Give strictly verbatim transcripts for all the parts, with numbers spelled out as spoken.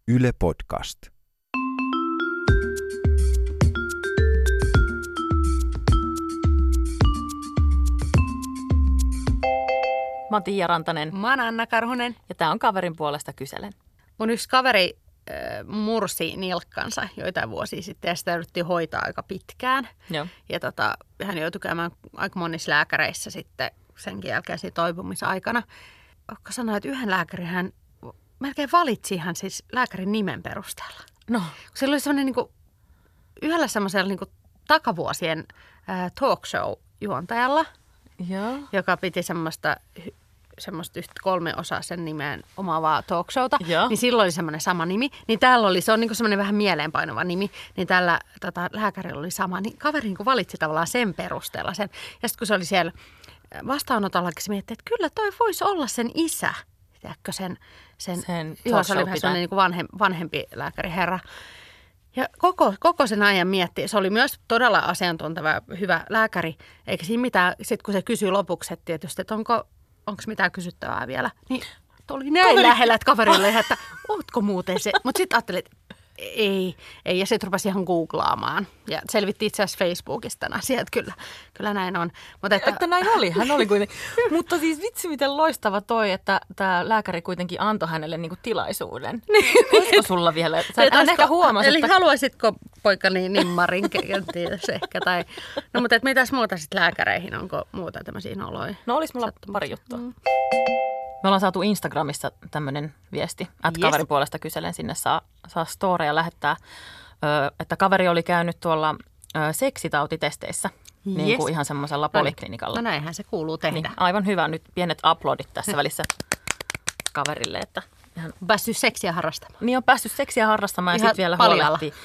Yle Podcast. Mä oon Tiia Rantanen. Mä oon Anna Karhunen. Ja tää on Kaverin puolesta kyselen. Mun yksi kaveri äh, mursi nilkkansa joitain vuosia sitten ja sitä yritettiin hoitaa aika pitkään. Joo. Ja tota, hän joutui käymään aika monissa lääkäreissä sitten senkin jälkeen siinä toipumisaikana. Okka sanoi, että yhden lääkärin hän melkein valitsi ihan siis lääkärin nimen perusteella. No. Sillä oli semmoinen niin kuin, yhdellä semmoisella niin kuin takavuosien äh, talk show-juontajalla, Joo. joka piti semmoista, semmoista yhtä kolme osaa sen nimeen omaavaa talk showta, Joo. niin silloin oli semmoinen sama nimi. Niin täällä oli, se on niin kuin semmoinen vähän mieleenpainuva nimi, niin tällä tota, lääkärillä oli sama. Niin kaveri niin kuin valitsi tavallaan sen perusteella sen. Ja sitten kun se oli siellä vastaanotollakin, se mietti, että kyllä toi voisi olla sen isä. Tiedätkö sen, sen, sen joo, se oli vähän sellainen niin kuin vanhem, vanhempi lääkäriherra. Ja koko, koko sen ajan mietti, se oli myös todella asiantunteva, hyvä lääkäri, eikä siinä mitään, sitten kun se kysyi lopuksi, että tietysti, että onko, onko mitään kysyttävää vielä, niin oli näin Kaveri. lähellä, että kaverille, että ootko muuten se, mutta sitten ajattelin, että ei, ei, ja sitten rupesi ihan googlaamaan, ja selvitti itse asiassa Facebookista tämän asian, että kyllä, kyllä näin on. Mutta että, että näin oli, hän oli kuitenkin, mutta siis vitsi miten loistava toi, että tämä lääkäri kuitenkin antoi hänelle niinku tilaisuuden. Olisiko sulla vielä, sä et ehkä huomasi, eli että haluaisitko poikani nimmarin kenties ehkä, tai, no mutta mitäs muuta sitten lääkäreihin, onko muuta tämmöisiä oloja? No olisi mulla pari juttua. Mm. Me ollaan saatu Instagramissa tämmöinen viesti, että Yes. Kaverin puolesta kyselen, sinne saa, saa storeja lähettää, ö, että kaveri oli käynyt tuolla ö, seksitautitesteissä, yes. niin kuin ihan semmoisella poliklinikalla. No näinhän se kuuluu tehdä. Niin, aivan hyvä, nyt pienet uploadit tässä välissä kaverille, että ihan päässyt seksiä harrastamaan. Niin on päässyt seksiä harrastamaan ihan ja sitten vielä paljalla. huolehtii.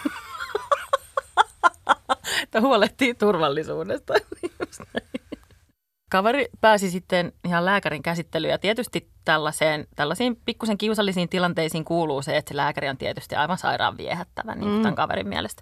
Että huolehtii turvallisuudesta. Kaveri pääsi sitten ihan lääkärin käsittelyyn ja tietysti tällaiseen, tällaisiin pikkusen kiusallisiin tilanteisiin kuuluu se, että se lääkäri on tietysti aivan sairaan viehättävä niin kuin tämän kaverin mielestä.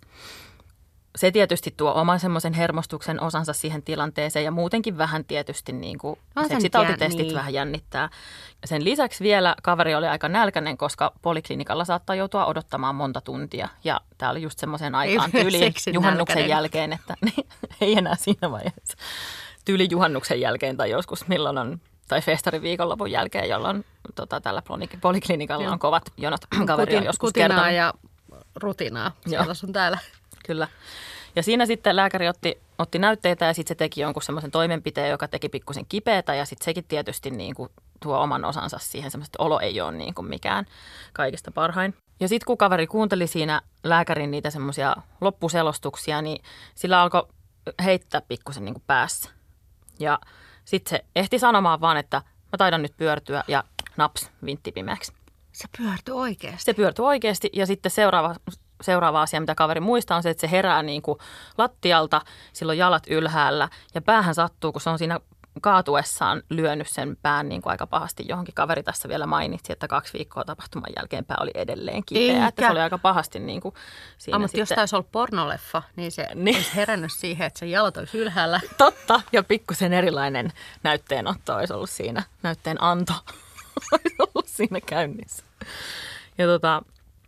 Se tietysti tuo oman semmoisen hermostuksen osansa siihen tilanteeseen ja muutenkin vähän tietysti niin kuin seksitautitestit niin. vähän jännittää. Sen lisäksi vielä kaveri oli aika nälkäinen, koska poliklinikalla saattaa joutua odottamaan monta tuntia. Ja tämä oli just semmoisen aikaan tyyliin juhannuksen nälkäinen. jälkeen, että niin, ei enää siinä vaiheessa. Tyyli juhannuksen jälkeen tai joskus milloin on, tai festariviikonlopun jälkeen, jolloin tota, tällä poliklinikalla Joo. on kovat jonot. Kaveri Kutin, on joskus kutinaa kertonut. ja rutinaa siellä sun täällä. Kyllä. Ja siinä sitten lääkäri otti, otti näytteitä ja sitten se teki jonkun semmoisen toimenpiteen, joka teki pikkusen kipeätä ja sitten sekin tietysti niin kuin tuo oman osansa siihen semmoista, että olo ei ole niin kuin mikään kaikista parhain. Ja sitten kun kaveri kuunteli siinä lääkärin niitä semmoisia loppuselostuksia, niin sillä alkoi heittää pikkusen niin kuin päässä. Ja sitten se ehti sanomaan vaan, että mä taidan nyt pyörtyä ja naps, vintti pimeäksi. Se pyörtyi oikeasti. Se pyörtyi oikeasti ja sitten seuraava, seuraava asia, mitä kaveri muistaa, on se, että se herää niin kuin lattialta, silloin jalat ylhäällä ja päähän sattuu, kun se on siinä kaatuessaan lyönyt sen pään niin kuin aika pahasti johonkin. Kaveri tässä vielä mainitsi, että kaksi viikkoa tapahtuman jälkeen pää oli edelleen kipeä, että se oli aika pahasti niin kuin siinä ah, mutta sitten. jos tämä olisi ollut pornoleffa, niin se niin. olisi herännyt siihen, että se jalat olisi ylhäällä. Totta, ja pikkusen erilainen näytteenotto olisi ollut siinä, näytteen anto olisi ollut siinä käynnissä. Ja tota,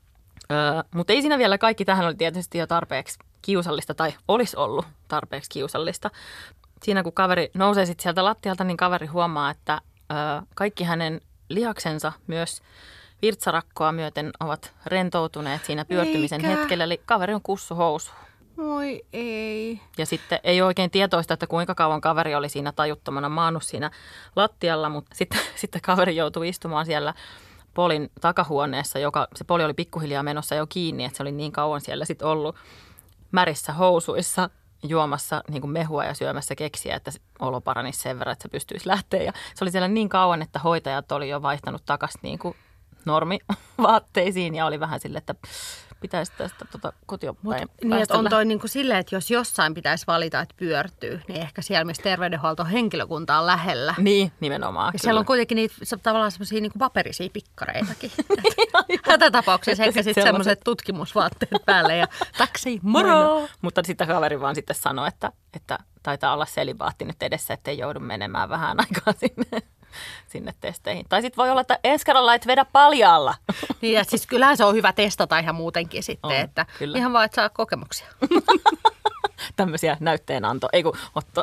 ö, mutta ei siinä vielä kaikki, tähän oli tietysti jo tarpeeksi kiusallista, tai olisi ollut tarpeeksi kiusallista. Siinä kun kaveri nousee sitten sieltä lattialta, niin kaveri huomaa, että ö, kaikki hänen lihaksensa myös virtsarakkoa myöten ovat rentoutuneet siinä pyörtymisen Eikä. hetkellä. Eli kaveri on kussu housuun. Oi ei. Ja sitten ei ole oikein tietoista, että kuinka kauan kaveri oli siinä tajuttomana maannut siinä lattialla, mutta sitten, sitten kaveri joutui istumaan siellä Polin takahuoneessa, joka se Poli oli pikkuhiljaa menossa jo kiinni, että se oli niin kauan siellä sitten ollut märissä housuissa juomassa niin kuin mehua ja syömässä keksiä, että olo paranisi sen verran, että se pystyisi lähteä. Ja se oli siellä niin kauan, että hoitajat oli jo vaihtanut takaisin niin kuin normivaatteisiin ja oli vähän silleen, että pitäisi tästä tuota kotioppain niin, että on toi niin kuin silleen, että jos jossain pitäisi valita, että pyörtyy, niin ehkä siellä, missä terveydenhuoltohenkilökunta on lähellä. Niin, nimenomaan. Ja kyllä. siellä on kuitenkin niitä tavallaan semmoisia niin kuin paperisia pikkareitakin. Hätätapauksessa ehkä sitten semmoiset tutkimusvaatteet päälle ja taksi, moro! Mutta sitten kaveri vaan sitten sanoi, että, että taitaa olla selibaatti nyt edessä, ettei joudu menemään vähän aikaa sinne sinne testeihin. Tai sitten voi olla, että ensi kerralla et vedä paljaalla. Niin ja siis kyllähän se on hyvä testata ihan muutenkin sitten, on, että kyllä. Ihan vaan, että saa kokemuksia. Tämmöisiä näytteenanto, ei kun otto.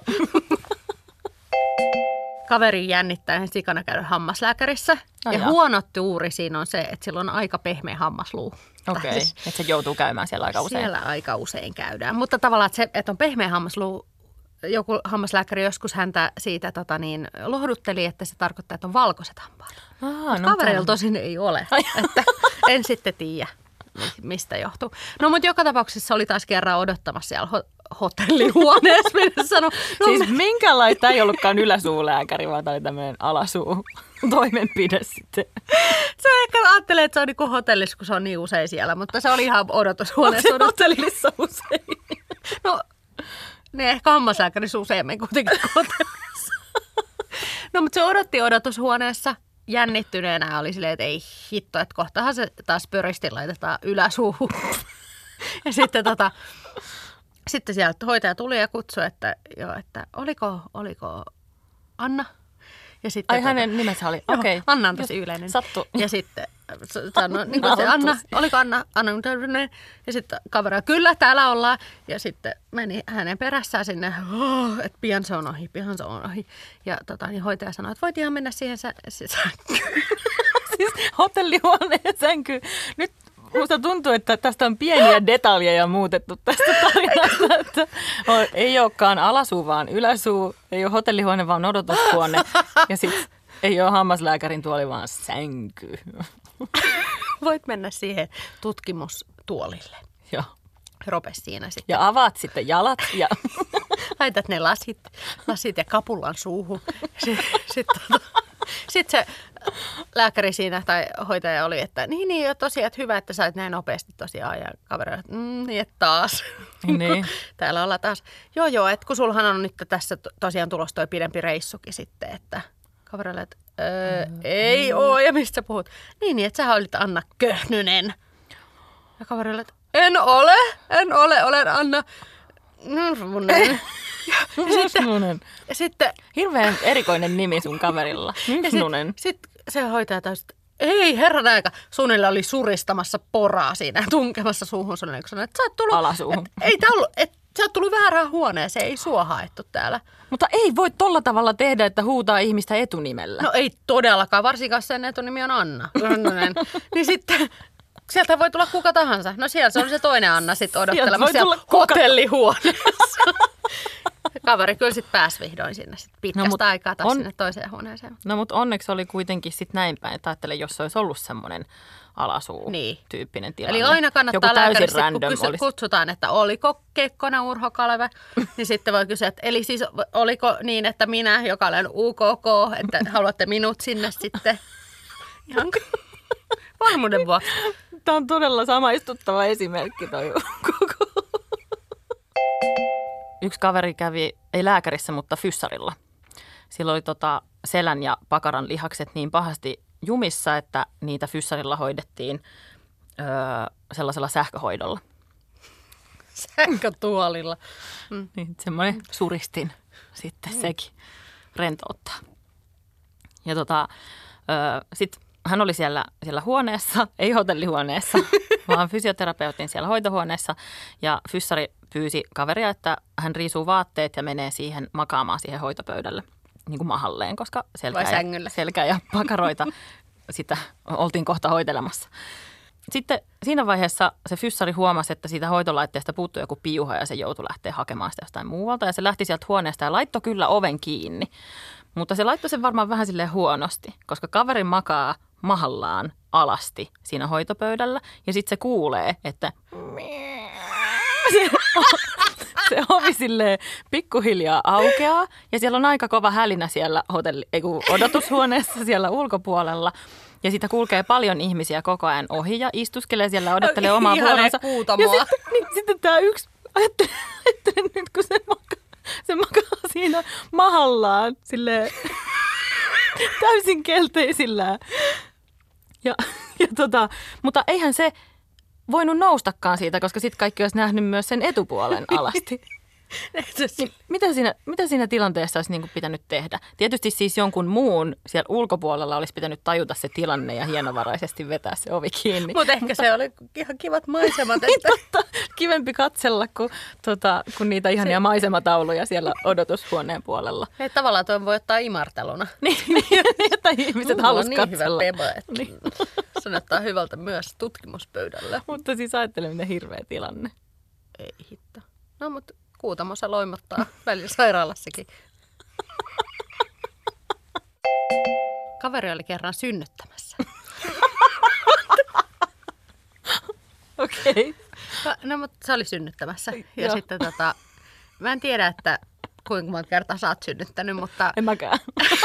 Kaveri jännittää ihan sikana käydä hammaslääkärissä. No ja joo. Huono tuuri siinä on se, että sillä on aika pehmeä hammasluu. Okei, okay. Että se joutuu käymään siellä aika usein. Siellä aika usein käydään. Mutta tavallaan, että, se, että on pehmeä hammasluu, joku hammaslääkäri joskus häntä siitä tota niin, lohdutteli, että se tarkoittaa, että on valkoiset hampaat. Aa, no kaverilla tosin ei ole, että en sitten tiedä, mistä johtuu. No mutta joka tapauksessa oli taas kerran odottamassa siellä ho- hotellihuoneessa. Sano, no, siis me... minkälaista ei ollutkaan yläsuulääkäri, vaan tämä oli tämmöinen alasuu toimenpide sitten. Se ehkä ajattelee, että se on niin kuin hotellissa, kun se on niin usein siellä, mutta se oli ihan odotushuoneessa. Onko se hotellissa usein? No, ne ehkä hammaslääkärissä useammin kuitenkin hotellissa. No, mutta se odotti odotushuoneessa. Jännittyneenä oli silleen, että ei hitto, että kohtahan se taas pöristin laitetaan yläsuuhun. Ja sitten, tota, sitten sieltä hoitaja tuli ja kutsui, että, joo, että oliko, oliko Anna? Ja sitten, ai tota, hänen nimensä oli, okei. Okay. Anna on tosi yleinen. Sattu. Ja sitten sanoi, niin kuin se, Anna, oliko Anna? Anna ja sitten kaveri, kyllä täällä ollaan. Ja sitten meni hänen perässään sinne, oh, että pian se on ohi, pian se on ohi. Ja tota, niin hoitaja sanoi, että voit ihan mennä siihen sä, sänkyyn. Siis hotellihuoneen sänkyyn. Nyt musta tuntuu, että tästä on pieniä detaljeja muutettu tästä tarinasta. Että ei olekaan alasuu, vaan yläsuu. Ei ole hotellihuone, vaan odotushuone. Ja sitten ei ole hammaslääkärin tuoli, vaan sänky. Voit mennä siihen tutkimustuolille. Joo. Ropes siinä sitten. Ja avaat sitten jalat ja laitat ne lasit, lasit ja kapullan suuhun. Sitten sit, sit se lääkäri siinä tai hoitaja oli, että niin, niin tosiaan, että hyvä, että sait näin nopeasti tosiaan. Ja kaveri, että mm, niin, että taas. Niin. Täällä ollaan taas. Joo, joo, että kun sulhan on nyt tässä tosiaan tulossa toi pidempi reissukin sitten, että kaverille, että öö, mm. ei oo, ja mistä puhut? Niin, niin, että sä olit Anna Köhnynen. Ja kaverille, että en ole, en ole, olen Anna Nurmunen. Ja, ja sitten, ja sitten hirveän erikoinen nimi sun kaverilla. Nurmunen. Sitten sit se hoitaja taas, että ei herran aika, suunnilla oli suristamassa poraa siinä tunkemassa suuhun suunnilla, kun sanoi, että sä oot tullut, alasuuhun. Et, ei tää ollut, että sä oot tullut väärään huoneeseen, ei sua haettu täällä. Mutta ei voi tolla tavalla tehdä, että huutaa ihmistä etunimellä. No ei todellakaan, varsinkaan sen etunimi on Anna. Niin sitten sieltä voi tulla kuka tahansa. No siellä se on se toinen Anna sitten odottelemassa siellä hotellihuoneessa. Kaveri kyllä sitten pääsi vihdoin sinne sit pitkästä no, aikaa taas on, sinne toiseen huoneeseen. No mutta onneksi oli kuitenkin sitten näin päin, että ajattelen, jos se olisi ollut semmoinen alasuu-tyyppinen tilanne. Eli aina kannattaa lääkäristä, kun kysy, kutsutaan, että oliko Kekkonen Urho Kaleve, niin sitten voi kysyä, että eli siis oliko niin, että minä, joka olen U K K, että haluatte minut sinne sitten ihan varmuuden vuoksi. Tämä on todella samaistuttava esimerkki toi koko. Yksi kaveri kävi, ei lääkärissä, mutta fyssarilla. Sillä oli tota selän ja pakaran lihakset niin pahasti jumissa, että niitä fyssarilla hoidettiin öö, sellaisella sähköhoidolla. Sähkötuolilla. Mm. Niin, semmoinen suristin sitten mm. sekin rentouttaa. Ja tota, öö, sitten hän oli siellä, siellä huoneessa, ei hotellihuoneessa, vaan fysioterapeutin siellä hoitohuoneessa. Ja fyssari pyysi kaveria, että hän riisuu vaatteet ja menee siihen makaamaan siihen hoitopöydälle niin kuin mahalleen, koska selkä ja, selkä ja pakaroita sitä oltiin kohta hoitelemassa. Sitten siinä vaiheessa se fyssari huomasi, että siitä hoitolaitteesta puuttui joku piuha ja se joutui lähteä hakemaan sitä jostain muualta. Ja se lähti sieltä huoneesta ja laittoi kyllä oven kiinni. Mutta se laittoi sen varmaan vähän silleen huonosti, koska kaveri makaa mahallaan alasti siinä hoitopöydällä ja sitten se kuulee, että se, se ovi silleen pikkuhiljaa aukeaa ja siellä on aika kova hälinä siellä hotelli, ei kun odotushuoneessa siellä ulkopuolella. Ja siitä kulkee paljon ihmisiä koko ajan ohi ja istuskelee siellä ja odottelee omaa vuoronsa. Ja sitten, niin, sitten tämä yksi, ajattelen, ajattelen nyt kun se makaa, se makaa siinä mahallaan silleen täysin kelteisillään. Ja, ja tota, mutta eihän se voinut noustakaan siitä, koska sitten kaikki olisi nähnyt myös sen etupuolen alasti. Niin, mitä, siinä, mitä siinä tilanteessa olisi niin kuin pitänyt tehdä? Tietysti siis jonkun muun siellä ulkopuolella olisi pitänyt tajuta se tilanne ja hienovaraisesti vetää se ovi kiinni. Mut ehkä se oli ihan kivat maisemat. Että... Totta, kivempi katsella kuin, tota, kuin niitä ihania maisematauluja siellä odotushuoneen puolella. Ei, tavallaan tuon voi ottaa imarteluna. Niin, niin että ihmiset haluaisivat niin katsella. hyvä peba, että niin. Se näyttää hyvältä myös tutkimuspöydällä. Mutta siis ajattele, miten hirveä tilanne. Ei hitto. No, mutta Kuutamo se loimottaa välillä sairaalassakin. Kaveri oli kerran synnyttämässä. Okei. Okay. No, mutta se oli synnyttämässä. Ja Joo. sitten tota, mä en tiedä, että kuinka monta kertaa sä oot synnyttänyt, mutta... En mäkään.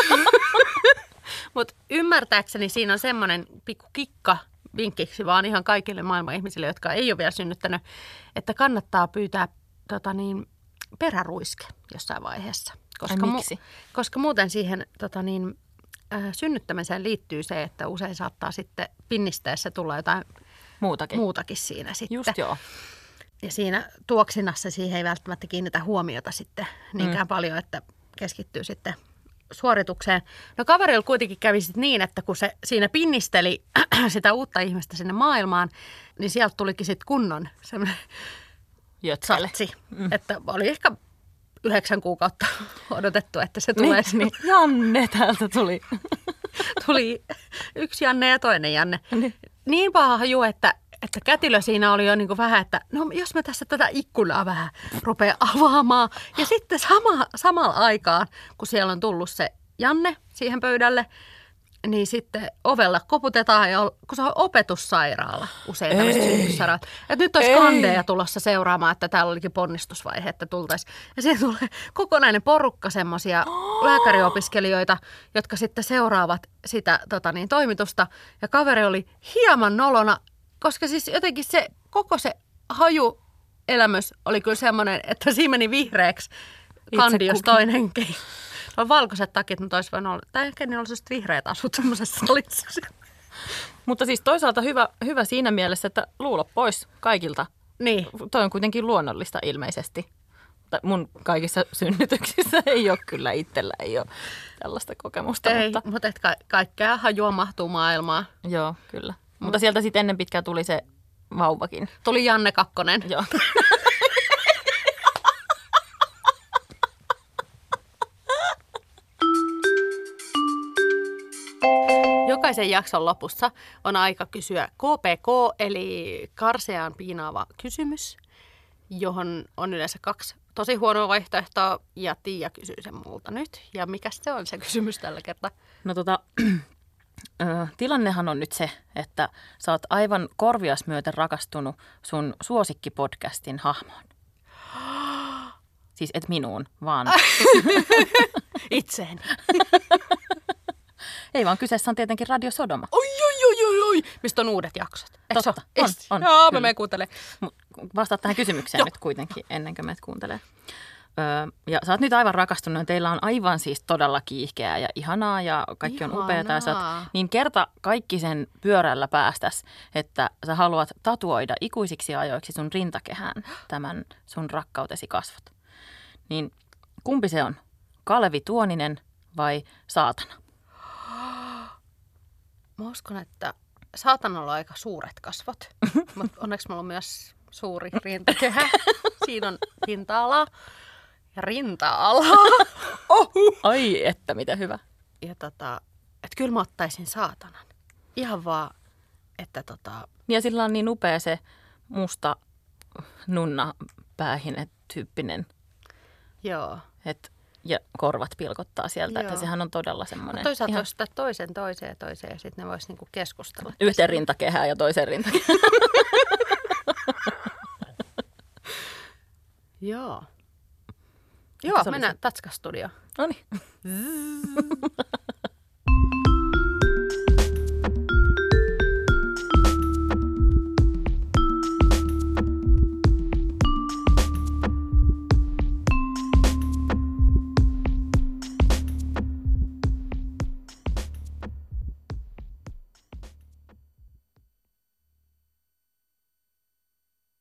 Mutta ymmärtääkseni siinä on semmoinen pikku kikka vinkkiksi vaan ihan kaikille maailman ihmisille, jotka ei ole vielä synnyttänyt, että kannattaa pyytää tota niin, peräruiske jossain vaiheessa. Koska, Ai, miksi? Mu- koska muuten siihen tota niin, äh, synnyttämiseen liittyy se, että usein saattaa sitten pinnisteessä tulla jotain Muutakin. muutakin siinä sitten. Just joo. Ja siinä tuoksinnassa siihen ei välttämättä kiinnitä huomiota sitten niinkään mm. paljon, että keskittyy sitten suoritukseen. No kaverilla kuitenkin kävi sitten niin, että kun se siinä pinnisteli sitä uutta ihmistä sinne maailmaan, niin sieltä tulikin sitten kunnon semmoinen Jötsele. satsi. Mm. Että oli ehkä yhdeksän kuukautta odotettu, että se tulee sinne. Niin. Janne täältä tuli. Tuli yksi Janne ja toinen Janne. Niin. Niin paha haju, että, että kätilö siinä oli jo niin kuin vähän, että no jos mä tässä tätä ikkunaa vähän rupean avaamaan. Ja sitten sama, samalla aikaan, kun siellä on tullut se Janne siihen pöydälle, niin sitten ovella koputetaan, ja kun se on opetussairaala usein tämmöiset synnytyssairaalat. Että nyt olisi kandeja tulossa seuraamaan, että täällä olikin ponnistusvaihe, että tultaisiin. Ja siihen tulee kokonainen porukka semmoisia lääkäriopiskelijoita, jotka sitten seuraavat sitä tota niin, toimitusta. Ja kaveri oli hieman nolona, koska siis jotenkin se koko se hajuelämys oli kyllä semmoinen, että siinä meni vihreäksi kandi, jos toinenkin. On valkoiset takit, mutta olisi voinut olla, tai ehkä niillä olisi just vihreät asut semmoisessa salissa. Mutta siis toisaalta hyvä, hyvä siinä mielessä, että luulo pois kaikilta. Niin. Toi on kuitenkin luonnollista ilmeisesti. Mun kaikissa synnytyksissä ei ole kyllä itsellä, ei ole tällaista kokemusta. Ei, mutta, mutta et ka- kaikkea hajua mahtuu maailmaan. Joo, kyllä. Mm. Mutta sieltä sitten ennen pitkään tuli se vauvakin. Tuli Janne Kakkonen. Joo. Jokaisen jakson lopussa on aika kysyä K P K, eli karseaan piinaava kysymys, johon on yleensä kaksi tosi huonoa vaihtoehtoa, ja Tiia kysyy sen multa nyt. Ja mikä se on se kysymys tällä kertaa? No tota, tilannehan on nyt se, että sä oot aivan korvias myöten rakastunut sun suosikkipodcastin hahmoon. Siis et minuun, vaan... Itseeni. Ei vaan kyseessä on tietenkin Radio Sodoma. Oi, oi, oi, oi, oi. Mistä on uudet jaksot? Eikö Totta, on, on. Joo, mä menen kuuntelemaan. Vastaat tähän kysymykseen nyt kuitenkin ennen kuin meidät kuuntelee. Öö, ja sä oot nyt aivan rakastunut ja teillä on aivan siis todella kiihkeää ja ihanaa ja kaikki Ihanaa. on upeata. Ja sä oot, niin kerta kaikki sen pyörällä päästäs, että sä haluat tatuoida ikuisiksi ajoiksi sun rintakehään tämän sun rakkautesi kasvot. Niin kumpi se on? Kalevi Tuoninen vai saatana? Mä uskon, että saatanalla on aika suuret kasvot, mutta onneksi mulla on myös suuri rintakehä. Siinä on pinta-alaa ja rinta-alaa. Ohu. Ai että, mitä hyvä. Ja tota, että kyllä mä ottaisin saatanan. Ihan vaan, että tota... Ja sillä on niin upea se musta nunna päähine tyyppinen. Joo. Et, ja korvat pilkottaa sieltä, Joo. että sehän on todella semmoinen. Mutta toisaalta ihan... jos sitä toisen toiseen toiseen ja sitten ne vois niinku keskustella. Yhteen rintakehään ja toiseen rintakehään. Joo. Joo, mennään Tatska-studioon. No niin.